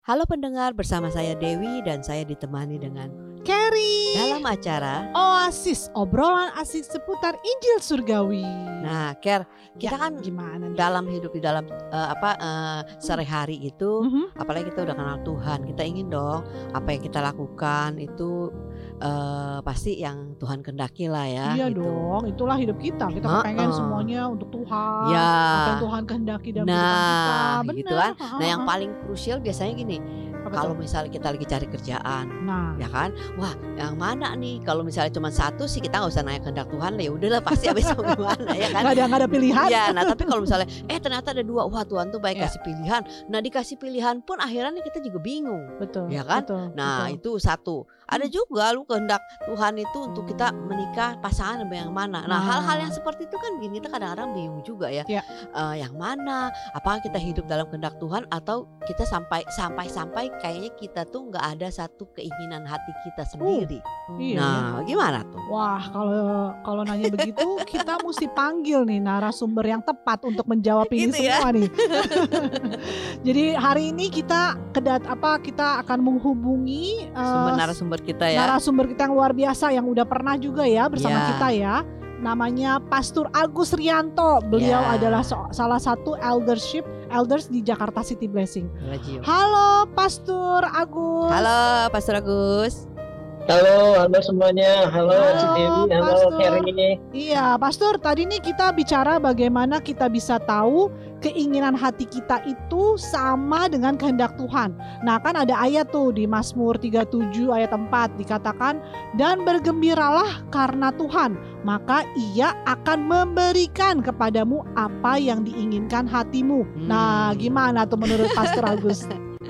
Halo pendengar, bersama saya Dewi dan saya ditemani dengan Carrie dalam acara Oasis, obrolan asik seputar Injil Surgawi. Nah, Ker, kita kan gimana nih? dalam hidup di dalam sehari-hari itu, apalagi kita udah kenal Tuhan, kita ingin dong apa yang kita lakukan itu pasti yang Tuhan kehendaki lah ya. Iya gitu. dong, itulah hidup kita. Kita pengen semuanya untuk Tuhan. Ya. Apa yang Tuhan kehendaki dalam kehidupan kita. Benar. Gitu kan. Nah, yang paling krusial biasanya gini. Kalau misalnya kita lagi cari kerjaan, ya kan, wah yang mana nih? Kalau misalnya cuma satu sih kita nggak usah nanya kehendak Tuhan lah, ya udahlah pasti habis mau gimana ya kan? Nggak ada pilihan. Ya, nah tapi kalau misalnya ternyata ada dua, wah Tuhan tuh baik kasih pilihan. Nah dikasih pilihan pun akhirnya kita juga bingung, betul, ya kan? Betul, nah betul. Itu satu. Ada juga lu kehendak Tuhan itu untuk kita menikah pasangan yang mana. Nah hal-hal yang seperti itu kan bikin kita kadang-kadang bingung juga ya. Yang mana? Apakah kita hidup dalam kehendak Tuhan atau kita sampai kayaknya kita tuh nggak ada satu keinginan hati kita sendiri. Nah, gimana tuh? Wah, kalau nanya begitu kita mesti panggil nih narasumber yang tepat untuk menjawab ini gitu semua nih. Jadi hari ini kita akan menghubungi narasumber kita ya. Narasumber kita yang luar biasa yang udah pernah juga ya bersama kita ya. Namanya Pastor Agus Rianto. Beliau adalah salah satu elders di Jakarta City Blessing. Halo Pastor Agus. Halo Pastor Agus. Halo semuanya. Halo Dewi, halo Carrie. Iya, Pastor, tadi nih kita bicara bagaimana kita bisa tahu keinginan hati kita itu sama dengan kehendak Tuhan. Nah, kan ada ayat tuh di Mazmur 37 ayat 4 dikatakan, "Dan bergembiralah karena Tuhan, maka Ia akan memberikan kepadamu apa yang diinginkan hatimu." Nah, gimana tuh menurut Pastor Agus?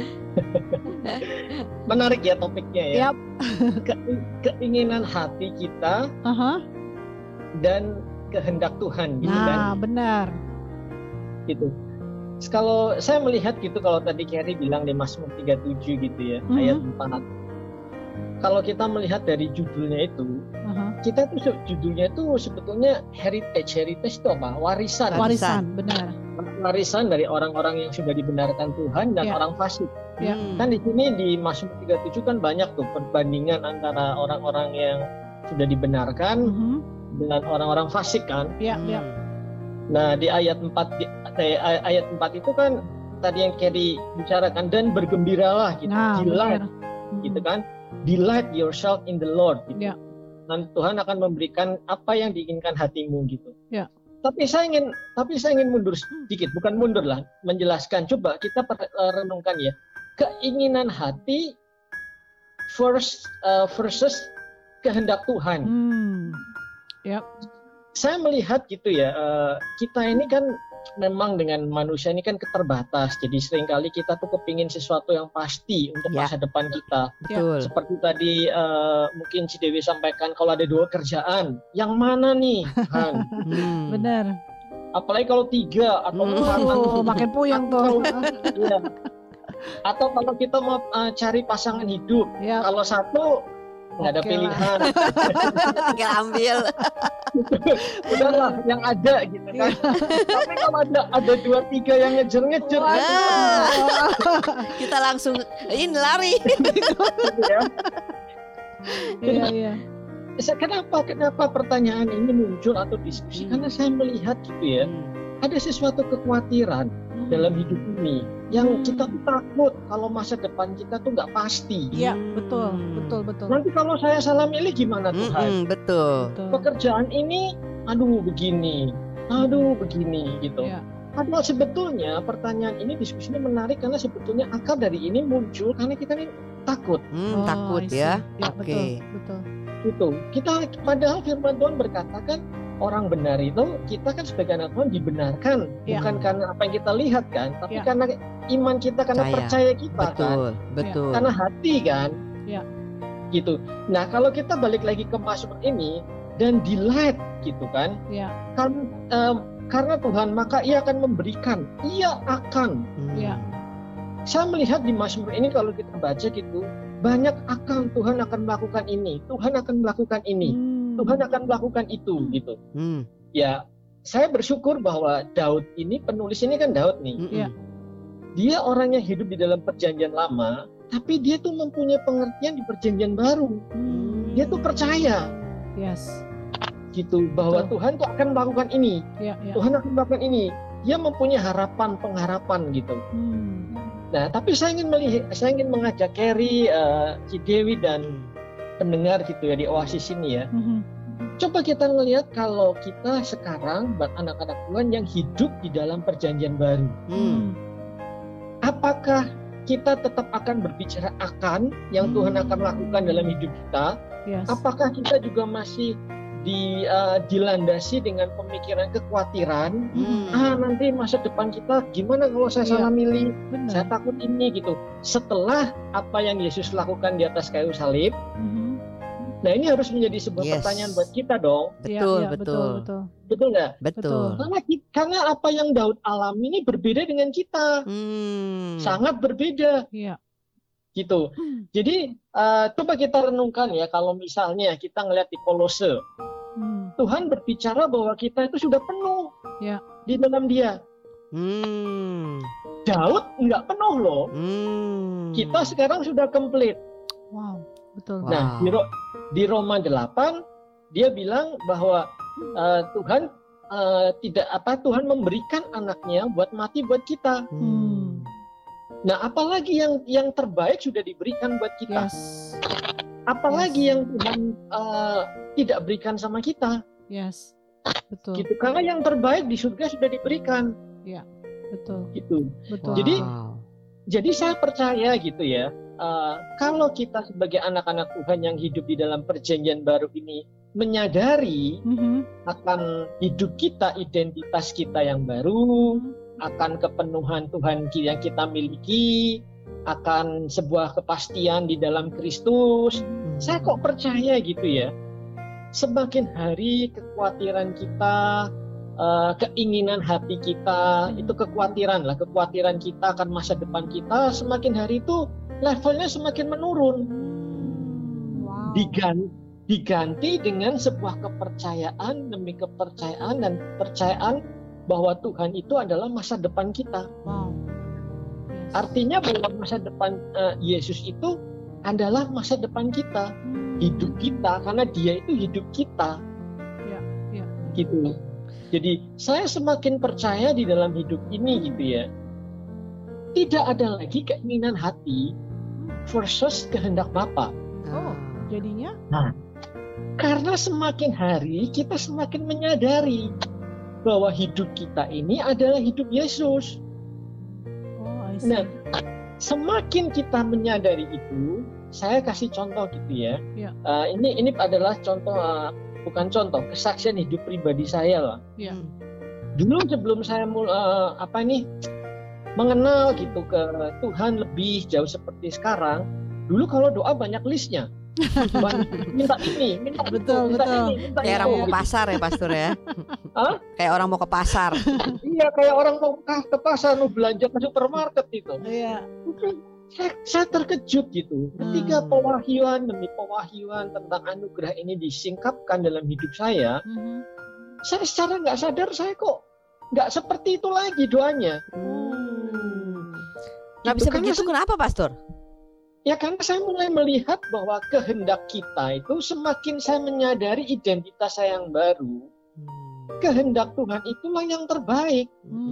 Menarik ya topiknya ya. Keinginan hati kita dan kehendak Tuhan gitu kan. Benar. Gitu. Kalau saya melihat gitu, kalau tadi Carrie bilang di Mazmur 37 gitu ya, ayat 4. Kalau kita melihat dari judulnya itu, kita tuh judulnya itu sebetulnya heritage itu apa? Warisan, benar. Warisan dari orang-orang yang sudah dibenarkan Tuhan dan orang fasik. Kan di sini di Mazmur 37 kan banyak tuh perbandingan antara orang-orang yang sudah dibenarkan dengan orang-orang fasik kan. Nah, di ayat 4 itu kan tadi yang Carrie bicarakan, dan bergembiralah gitu. Delight gitu kan. Delight yourself in the Lord gitu. Dan Tuhan akan memberikan apa yang diinginkan hatimu gitu. Tapi saya ingin mundur sedikit, bukan mundur lah, menjelaskan. Coba kita renungkan ya. Keinginan hati versus kehendak Tuhan. Saya melihat gitu ya, kita ini kan memang dengan manusia ini kan keterbatas. Jadi seringkali kita tuh kepingin sesuatu yang pasti untuk masa depan kita. Betul. Seperti tadi mungkin Si Dewi sampaikan, kalau ada 2 kerjaan, yang mana nih Tuhan? Benar. Apalagi kalau 3 atau 4, makin puyeng tuh. Atau kalau kita mau cari pasangan hidup, kalau 1 nggak ada pilihan, tinggal ambil. Udahlah yang ada gitu kan. Tapi kalau ada 2-3 yang ngejar, kita langsung ini lari. Kenapa pertanyaan ini muncul atau diskusi? Karena saya melihat gitu ya, ada sesuatu kekhawatiran dalam hidup ini yang kita tuh takut kalau masa depan kita tuh nggak pasti. Iya, betul. Nanti kalau saya salah milih gimana Tuhan? Betul. Pekerjaan ini, begini gitu. Padahal sebetulnya pertanyaan ini, diskusinya menarik karena sebetulnya akar dari ini muncul karena kita ini takut. Takut ya. Oke. Betul. Gitu. Kita padahal firman Tuhan berkata kan, orang benar itu kita kan sebagai anak Tuhan dibenarkan bukan karena apa yang kita lihat kan, tapi karena iman kita, karena percaya kita. Betul. Karena hati kan. Gitu. Nah, kalau kita balik lagi ke Mazmur ini dan delight gitu kan. Karena Tuhan maka Ia akan memberikan. Ia akan. Saya melihat di Mazmur ini kalau kita baca gitu, banyak akan Tuhan akan melakukan ini, Tuhan akan melakukan ini, Tuhan akan melakukan itu gitu. Ya, saya bersyukur bahwa Daud ini, penulis ini kan Daud nih. dia orang yang hidup di dalam perjanjian lama, tapi dia tuh mempunyai pengertian di perjanjian baru. Dia tuh percaya. Yes. Gitu, bahwa Tuhan tuh akan melakukan ini. Tuhan akan melakukan ini. Dia mempunyai harapan, pengharapan gitu. Nah, tapi saya ingin mengajak Carrie, Dewi dan pendengar gitu ya di Oasis ini ya. Coba kita ngelihat kalau kita sekarang buat anak-anak Tuhan yang hidup di dalam perjanjian baru. Apakah kita tetap akan berbicara akan yang Tuhan akan lakukan dalam hidup kita? Yes. Apakah kita juga masih dilandasi dengan pemikiran kekhawatiran? Nanti masa depan kita gimana kalau saya salah milih? Saya takut ini gitu. Setelah apa yang Yesus lakukan di atas kayu salib, nah ini harus menjadi sebuah pertanyaan buat kita dong. Betul. Betul nggak? Betul. Karena apa yang Daud alami ini berbeda dengan kita, sangat berbeda. Gitu. Jadi coba kita renungkan ya, kalau misalnya kita ngelihat di Kolose, Tuhan berbicara bahwa kita itu sudah penuh di dalam Dia. Daud nggak penuh loh. Kita sekarang sudah komplit. Wow, betul. Nah, di Roma 8 dia bilang bahwa Tuhan Tuhan memberikan anaknya buat mati buat kita. Nah, apalagi yang terbaik sudah diberikan buat kita. Apalagi yang Tuhan tidak berikan sama kita. Betul. Gitu. Karena yang terbaik di surga sudah diberikan. Betul. Gitu. Betul. Jadi saya percaya gitu ya. Kalau kita sebagai anak-anak Tuhan yang hidup di dalam perjanjian baru ini menyadari akan hidup kita, identitas kita yang baru, akan kepenuhan Tuhan yang kita miliki, akan sebuah kepastian di dalam Kristus, saya kok percaya gitu ya. Semakin hari kekhawatiran kita, keinginan hati kita, itu kekhawatiran kita akan masa depan kita, semakin hari itu levelnya semakin menurun. Diganti dengan sebuah kepercayaan demi kepercayaan dan kepercayaan bahwa Tuhan itu adalah masa depan kita. Artinya bahwa masa depan Yesus itu adalah masa depan kita, hidup kita, karena Dia itu hidup kita. Gitu. Jadi saya semakin percaya di dalam hidup ini gitu ya. Tidak ada lagi keinginan hati versus kehendak Bapa. Jadinya? Nah, karena semakin hari kita semakin menyadari bahwa hidup kita ini adalah hidup Yesus. Nah, semakin kita menyadari itu, saya kasih contoh gitu ya. Ini adalah contoh, bukan contoh, kesaksian hidup pribadi saya lah. Dulu sebelum saya mengenal gitu ke Tuhan lebih jauh seperti sekarang, dulu kalau doa banyak listnya. Minta ini, minta betul. ini, minta kayak orang mau ke pasar ya, Pastor ya. Kayak orang mau ke pasar. Iya, kayak orang mau ke pasar, mau belanja ke supermarket itu. Saya terkejut gitu. Ketika pewahyuan demi pewahyuan tentang anugerah ini disingkapkan dalam hidup saya secara nggak sadar saya kok nggak seperti itu lagi doanya. Nggak bisa begitu, kenapa Pastor? Ya karena saya mulai melihat bahwa kehendak kita itu semakin saya menyadari identitas saya yang baru, kehendak Tuhan itulah yang terbaik.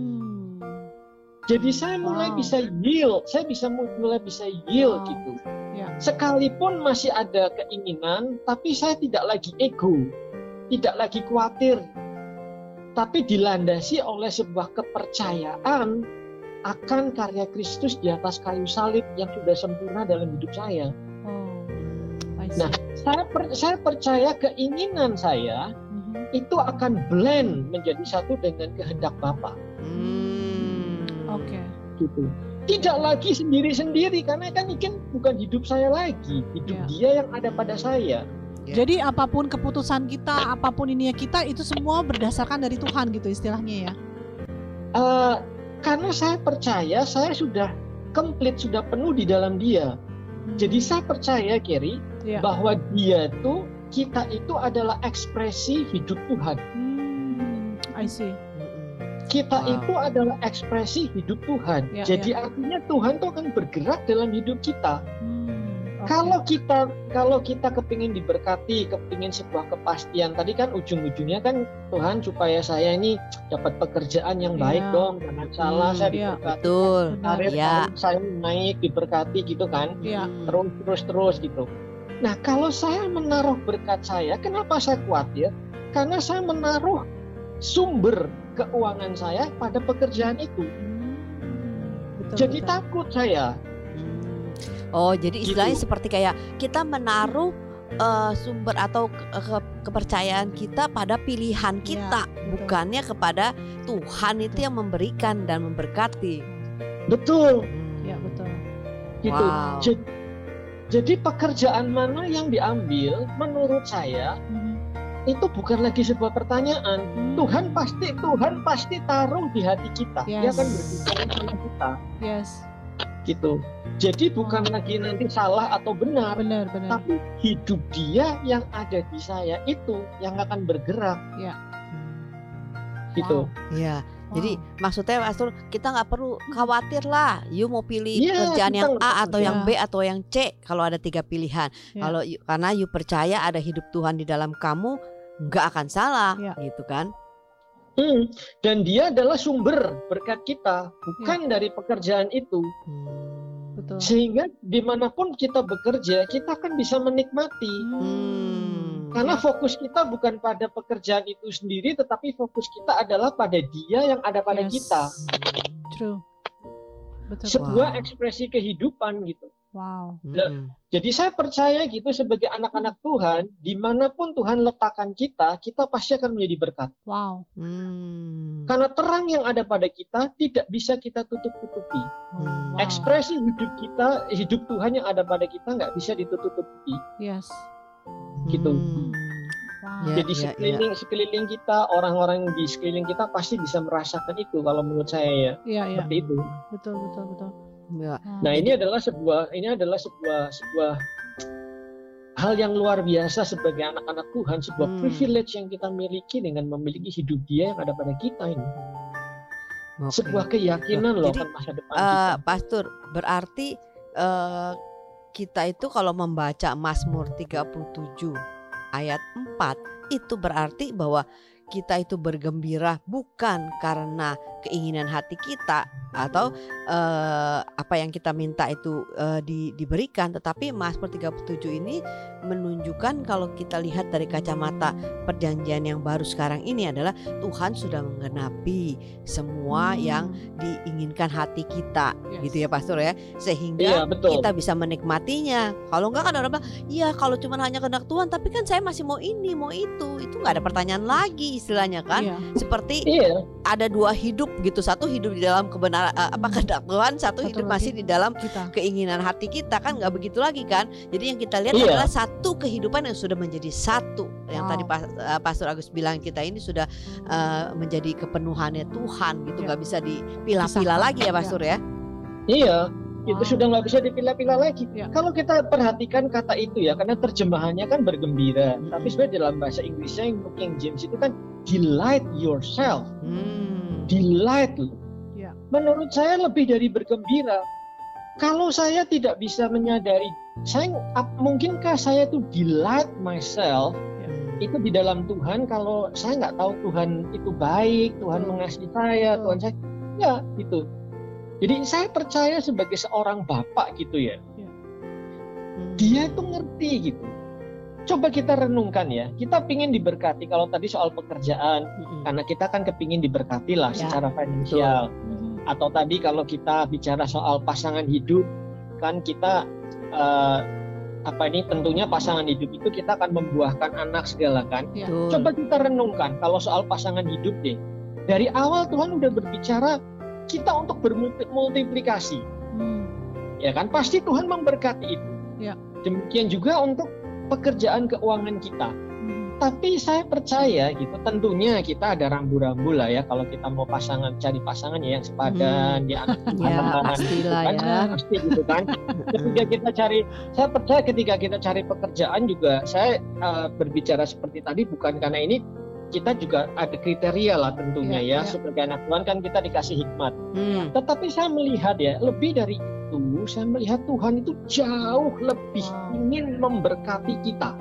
Jadi saya mulai bisa yield, mulai bisa yield gitu. Sekalipun masih ada keinginan, tapi saya tidak lagi ego, tidak lagi khawatir, tapi dilandasi oleh sebuah kepercayaan akan karya Kristus di atas kayu salib yang sudah sempurna dalam hidup saya. Nah, saya percaya keinginan saya itu akan blend menjadi satu dengan kehendak Bapa. Gitu. Tidak lagi sendiri-sendiri, karena kan ini bukan hidup saya lagi, hidup Dia yang ada pada saya. Jadi apapun keputusan kita, apapun ininya kita, itu semua berdasarkan dari Tuhan gitu istilahnya ya. Karena saya percaya saya sudah komplit, sudah penuh di dalam Dia. Jadi saya percaya, Carrie, bahwa kita itu adalah ekspresi hidup Tuhan. I see. Kita itu adalah ekspresi hidup Tuhan. Jadi artinya Tuhan tuh akan bergerak dalam hidup kita. Kalau kita kepingin diberkati, kepingin sebuah kepastian, tadi kan ujung-ujungnya kan Tuhan supaya saya ini dapat pekerjaan yang baik dong, jangan salah, saya diberkati, betul, karir saya naik, diberkati gitu kan, terus gitu. Nah kalau saya menaruh berkat saya, kenapa saya khawatir? Karena saya menaruh sumber keuangan saya pada pekerjaan itu. Jadi takut saya. Oh, jadi istilahnya seperti kayak kita menaruh sumber atau kepercayaan kita pada pilihan kita, bukannya kepada Tuhan itu yang memberikan dan memberkati. Betul. Ya, betul. Gitu. Wow. Jadi pekerjaan mana yang diambil menurut saya itu bukan lagi sebuah pertanyaan. Tuhan pasti taruh di hati kita. Dia akan berbicara sama kita. Gitu. Jadi bukan lagi nanti salah atau benar, tapi hidup Dia yang ada di saya itu yang akan bergerak. Gitu. Iya. Jadi maksudnya Pastor, kita nggak perlu khawatir lah. You mau pilih pekerjaan yang A atau yang B atau yang C. Kalau ada 3 pilihan. Kalau karena you percaya ada hidup Tuhan di dalam kamu, nggak akan salah, gitu kan? Dan Dia adalah sumber berkat kita, bukan dari pekerjaan itu. Betul. Sehingga dimanapun kita bekerja, kita akan bisa menikmati. Karena fokus kita bukan pada pekerjaan itu sendiri, tetapi fokus kita adalah pada Dia yang ada pada kita. True. Betul. Sebuah ekspresi kehidupan gitu. Wow. Jadi saya percaya gitu sebagai anak-anak Tuhan, dimanapun Tuhan letakkan kita, kita pasti akan menjadi berkat. Wow. Karena terang yang ada pada kita tidak bisa kita tutup-tutupi. Ekspresi hidup kita, hidup Tuhan yang ada pada kita nggak bisa ditutup-tutupi. Gitu. Jadi sekeliling kita, orang-orang di sekeliling kita pasti bisa merasakan itu kalau menurut saya seperti itu. Betul. Nah ini adalah sebuah hal yang luar biasa sebagai anak-anak Tuhan, sebuah privilege yang kita miliki dengan memiliki hidup Dia yang ada pada kita ini. Sebuah keyakinan loh kan masa depan kita. Pastor, berarti kita itu kalau membaca Mazmur 37 ayat 4 itu berarti bahwa kita itu bergembira bukan karena keinginan hati kita atau apa yang kita minta itu diberikan, tetapi Mazmur 37 ini menunjukkan kalau kita lihat dari kacamata perjanjian yang baru sekarang ini adalah Tuhan sudah menggenapi semua yang diinginkan hati kita, gitu ya Pastor ya, sehingga kita bisa menikmatinya. Kalau enggak kan orang bilang, ya kalau cuma hanya kehendak Tuhan, tapi kan saya masih mau ini mau itu nggak ada pertanyaan lagi istilahnya kan, seperti ada 2 hidup gitu, satu hidup di dalam kebenaran kehendak Tuhan, satu hidup masih di dalam keinginan hati kita, kan nggak begitu lagi kan. Jadi yang kita lihat adalah satu kehidupan yang sudah menjadi satu, yang tadi Pastor Agus bilang kita ini sudah menjadi kepenuhannya Tuhan gitu, nggak bisa dipilah-pilah lagi ya Pastor ya. Iya, itu sudah nggak bisa dipilah-pilah lagi. Kalau kita perhatikan kata itu ya, karena terjemahannya kan bergembira, tapi sebenarnya dalam bahasa Inggrisnya yang King James itu kan delight yourself. Delight loh. Menurut saya lebih dari bergembira. Kalau saya tidak bisa menyadari, mungkinkah saya tuh delight myself itu di dalam Tuhan, kalau saya nggak tahu Tuhan itu baik, Tuhan mengasihi saya, Tuhan saya, ya itu. Jadi saya percaya sebagai seorang bapak gitu ya, Dia itu ngerti gitu. Coba kita renungkan ya, kita pingin diberkati. Kalau tadi soal pekerjaan, karena kita kan kepingin diberkati lah secara finansial. Atau tadi kalau kita bicara soal pasangan hidup, kan kita tentunya pasangan hidup itu kita akan membuahkan anak segala kan. Coba kita renungkan kalau soal pasangan hidup deh. Dari awal Tuhan udah berbicara kita untuk bermultiplikasi, ya kan? Pasti Tuhan memberkati itu. Demikian juga untuk pekerjaan keuangan kita. Tapi saya percaya gitu, tentunya kita ada rambu-rambu lah ya. Kalau kita mau cari pasangan ya yang sepadan, dia anak pastilah kan, ya. Pasti gitu kan. Saya percaya ketika kita cari pekerjaan juga, saya berbicara seperti tadi bukan karena ini kita juga ada kriteria lah tentunya ya. Sebagai anak Tuhan kan kita dikasih hikmat. Tetapi saya melihat ya, lebih dari itu, saya melihat Tuhan itu jauh lebih ingin memberkati kita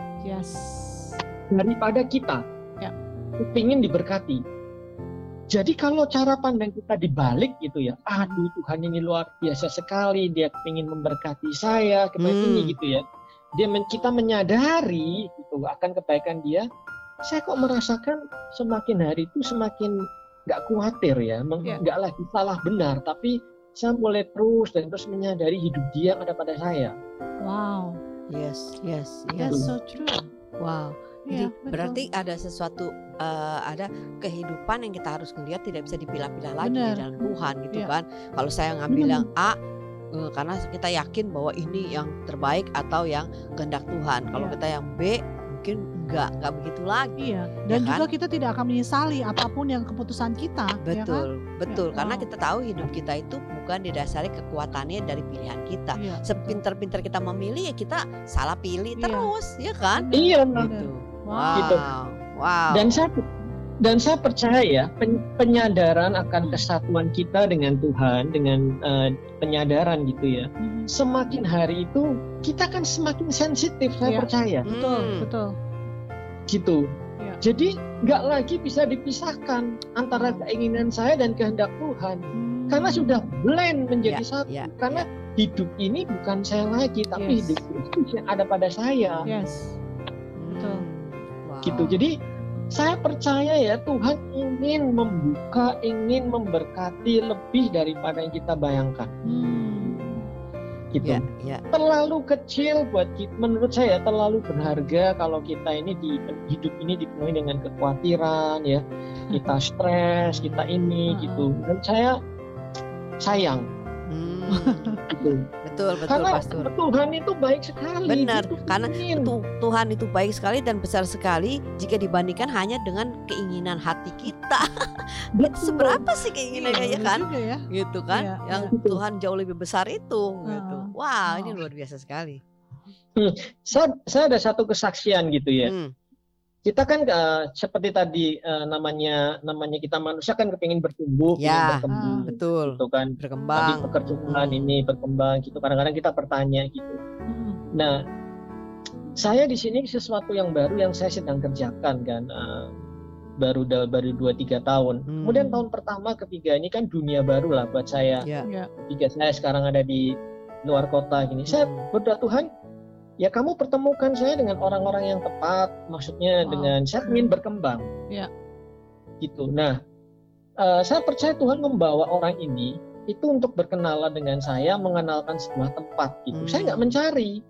daripada kita ingin diberkati. Jadi kalau cara pandang kita dibalik gitu ya, aduh Tuhan ini luar biasa sekali, dia ingin memberkati saya, kebaikan ini gitu ya. Kita menyadari gitu akan kebaikan dia. Saya kok merasakan semakin hari itu semakin nggak khawatir ya, nggak lagi salah benar, tapi saya mulai terus menyadari hidup dia ada pada saya. Wow. Yes. That's so true. Wow. Jadi berarti ada sesuatu, ada kehidupan yang kita harus melihat tidak bisa dipilah-pilah lagi di dalam Tuhan gitu kan. Kalau saya ngambil yang A, karena kita yakin bahwa ini yang terbaik atau yang kehendak Tuhan. Kalau kita yang B, mungkin enggak begitu lagi. Dan juga kita tidak akan menyesali apapun yang keputusan kita. Betul. Karena kita tahu hidup kita itu bukan didasari kekuatannya dari pilihan kita. Sepintar-pintar kita memilih ya kita salah pilih terus, ya kan? Iya. Gitu. Wow. Dan saya percaya ya, penyadaran akan kesatuan kita dengan Tuhan, dengan penyadaran gitu ya. Semakin hari itu kita kan semakin sensitif, saya percaya. Betul. Gitu. Jadi nggak lagi bisa dipisahkan antara keinginan saya dan kehendak Tuhan. Karena sudah blend menjadi satu. Karena hidup ini bukan saya lagi, tapi hidup itu yang ada pada saya. Betul. Gitu. Jadi saya percaya ya Tuhan ingin membuka, ingin memberkati lebih daripada yang kita bayangkan. Gitu. Terlalu kecil buat kita, menurut saya terlalu berharga kalau kita ini di hidup ini dipenuhi dengan kekhawatiran ya. Kita stres, kita ini gitu. Dan saya sayang. Gitu. Betul karena Pastor. Tuhan itu baik sekali. Benar, karena Tuhan itu baik sekali dan besar sekali jika dibandingkan hanya dengan keinginan hati kita. Seberapa sih keinginannya ya kan? Gitu kan? Yang Tuhan jauh lebih besar itu gitu. Wah, ini luar biasa sekali. Saya ada satu kesaksian gitu ya. Kita kan seperti tadi namanya kita manusia kan kepingin bertumbuh, berkembang, betul, gitu kan, berkembang, pekerjaan ini berkembang, gitu. Kadang-kadang kita bertanya gitu. Nah, saya di sini sesuatu yang baru yang saya sedang kerjakan kan, baru 2-3 tahun. Kemudian tahun pertama, ketiga ini kan dunia baru lah buat saya. Ketika saya sekarang ada di luar kota gini, saya berdoa Tuhan. Ya kamu pertemukan saya dengan orang-orang yang tepat, maksudnya dengan saya ingin berkembang, gitu. Nah, saya percaya Tuhan membawa orang ini itu untuk berkenalan dengan saya, mengenalkan sebuah tempat, gitu. Saya nggak mencari,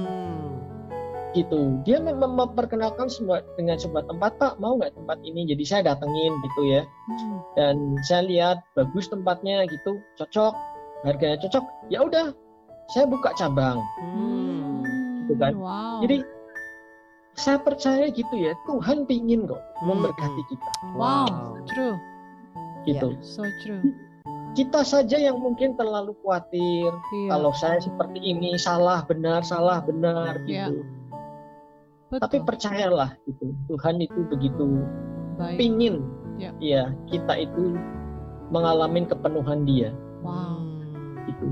gitu. Dia memperkenalkan dengan sebuah tempat, Pak mau nggak tempat ini? Jadi saya datengin, gitu ya. Dan saya lihat bagus tempatnya, gitu, cocok, harganya cocok. Ya udah, saya buka cabang. Gitu kan. Jadi saya percaya gitu ya, Tuhan pingin kok memberkati kita. True. Gitu. So true. Kita saja yang mungkin terlalu khawatir kalau saya seperti ini salah benar gitu. Tapi percayalah gitu, Tuhan itu begitu pingin kita itu mengalami kepenuhan Dia. Gitu.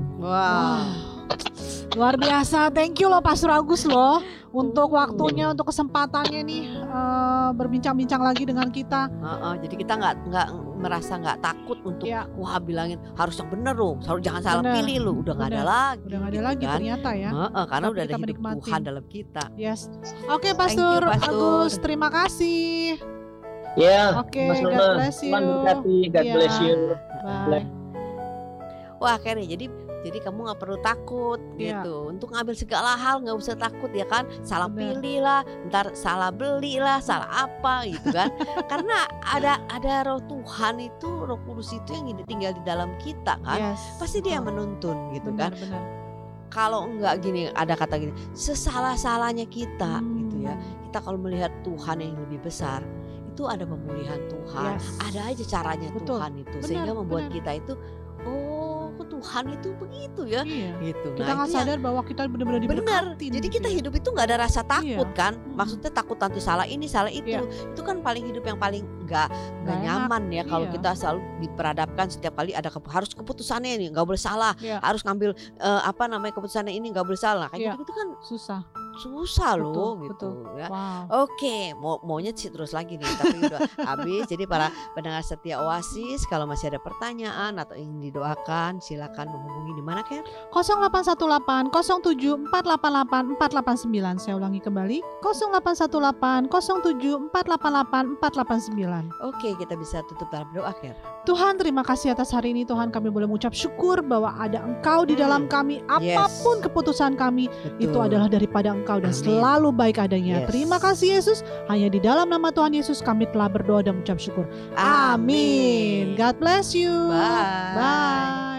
Luar biasa, thank you loh Pastor Agus loh untuk waktunya, untuk kesempatannya nih berbincang-bincang lagi dengan kita. Jadi kita nggak merasa nggak takut untuk wah bilangin harus yang bener loh, jangan salah pilih loh, udah nggak ada lagi. Udah nggak ada lagi kan? Ternyata ya. Karena udah ada hidup Tuhan dalam kita. Oke, Pastor Agus, terima kasih. Oke, God bless you. God bless you. Bye. Wah, Kenny, jadi kamu nggak perlu takut gitu. Untuk ngambil segala hal nggak usah takut ya kan. Salah pilih lah, ntar salah beli lah, salah apa gitu kan. Karena ada Roh Tuhan itu, Roh Kudus itu yang tinggal di dalam kita kan. Pasti Dia menuntun gitu kan. Kalau enggak gini, ada kata gini, sesalah-salahnya kita gitu ya. Kita kalau melihat Tuhan yang lebih besar, itu ada pemulihan Tuhan. Ada aja caranya Tuhan itu, sehingga membuat kita itu Tuhan itu begitu ya. Gitu. Kita nggak sadar bahwa kita benar-benar diberkati. Jadi kita hidup itu nggak ada rasa takut kan. Maksudnya takut nanti salah ini salah itu. Itu kan paling hidup yang paling nggak nyaman ya. Kalau kita selalu diperadabkan setiap kali ada harus keputusannya ini nggak boleh salah. Harus ngambil keputusannya ini nggak boleh salah. Kayak gitu kan susah loh gitu ya. Oke, maunya sih terus lagi nih, tapi udah habis. Jadi para pendengar setia Oasis, kalau masih ada pertanyaan atau ingin didoakan, silakan menghubungi di mana, Ker? 0818 07 488 489. Saya ulangi kembali, 0818 07 488 489. Oke, kita bisa tutup dalam doa, Ker. Tuhan, terima kasih atas hari ini. Tuhan, kami boleh mengucap syukur bahwa ada Engkau di dalam kami. Apapun keputusan kami, itu adalah daripada Engkau dan selalu baik adanya. Terima kasih Yesus. Hanya di dalam nama Tuhan Yesus kami telah berdoa dan mengucap syukur. Amin. God bless you. Bye. Bye.